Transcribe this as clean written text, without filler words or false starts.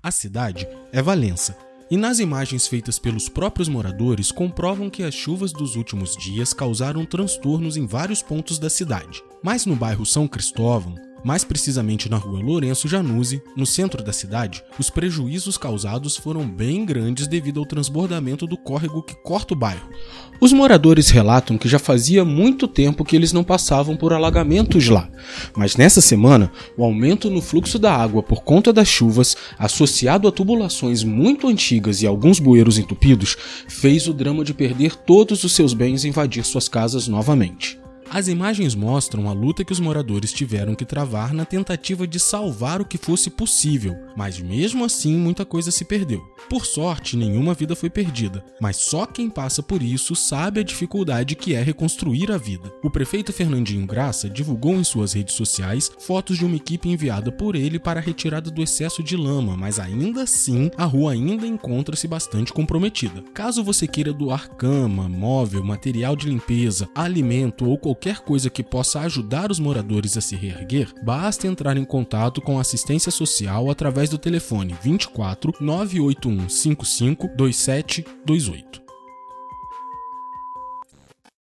A cidade é Valença, e nas imagens feitas pelos próprios moradores comprovam que as chuvas dos últimos dias causaram transtornos em vários pontos da cidade. Mas no bairro São Cristóvão, mais precisamente na rua Lourenço Januzzi, no centro da cidade, os prejuízos causados foram bem grandes devido ao transbordamento do córrego que corta o bairro. Os moradores relatam que já fazia muito tempo que eles não passavam por alagamentos lá, mas nessa semana, o aumento no fluxo da água por conta das chuvas, associado a tubulações muito antigas e alguns bueiros entupidos, fez o drama de perder todos os seus bens e invadir suas casas novamente. As imagens mostram a luta que os moradores tiveram que travar na tentativa de salvar o que fosse possível, mas mesmo assim muita coisa se perdeu. Por sorte, nenhuma vida foi perdida, mas só quem passa por isso sabe a dificuldade que é reconstruir a vida. O prefeito Fernandinho Graça divulgou em suas redes sociais fotos de uma equipe enviada por ele para a retirada do excesso de lama, mas ainda assim a rua ainda encontra-se bastante comprometida. Caso você queira doar cama, móvel, material de limpeza, alimento ou qualquer coisa que possa ajudar os moradores a se reerguer, basta entrar em contato com a assistência social através do telefone 24 981 55 2728.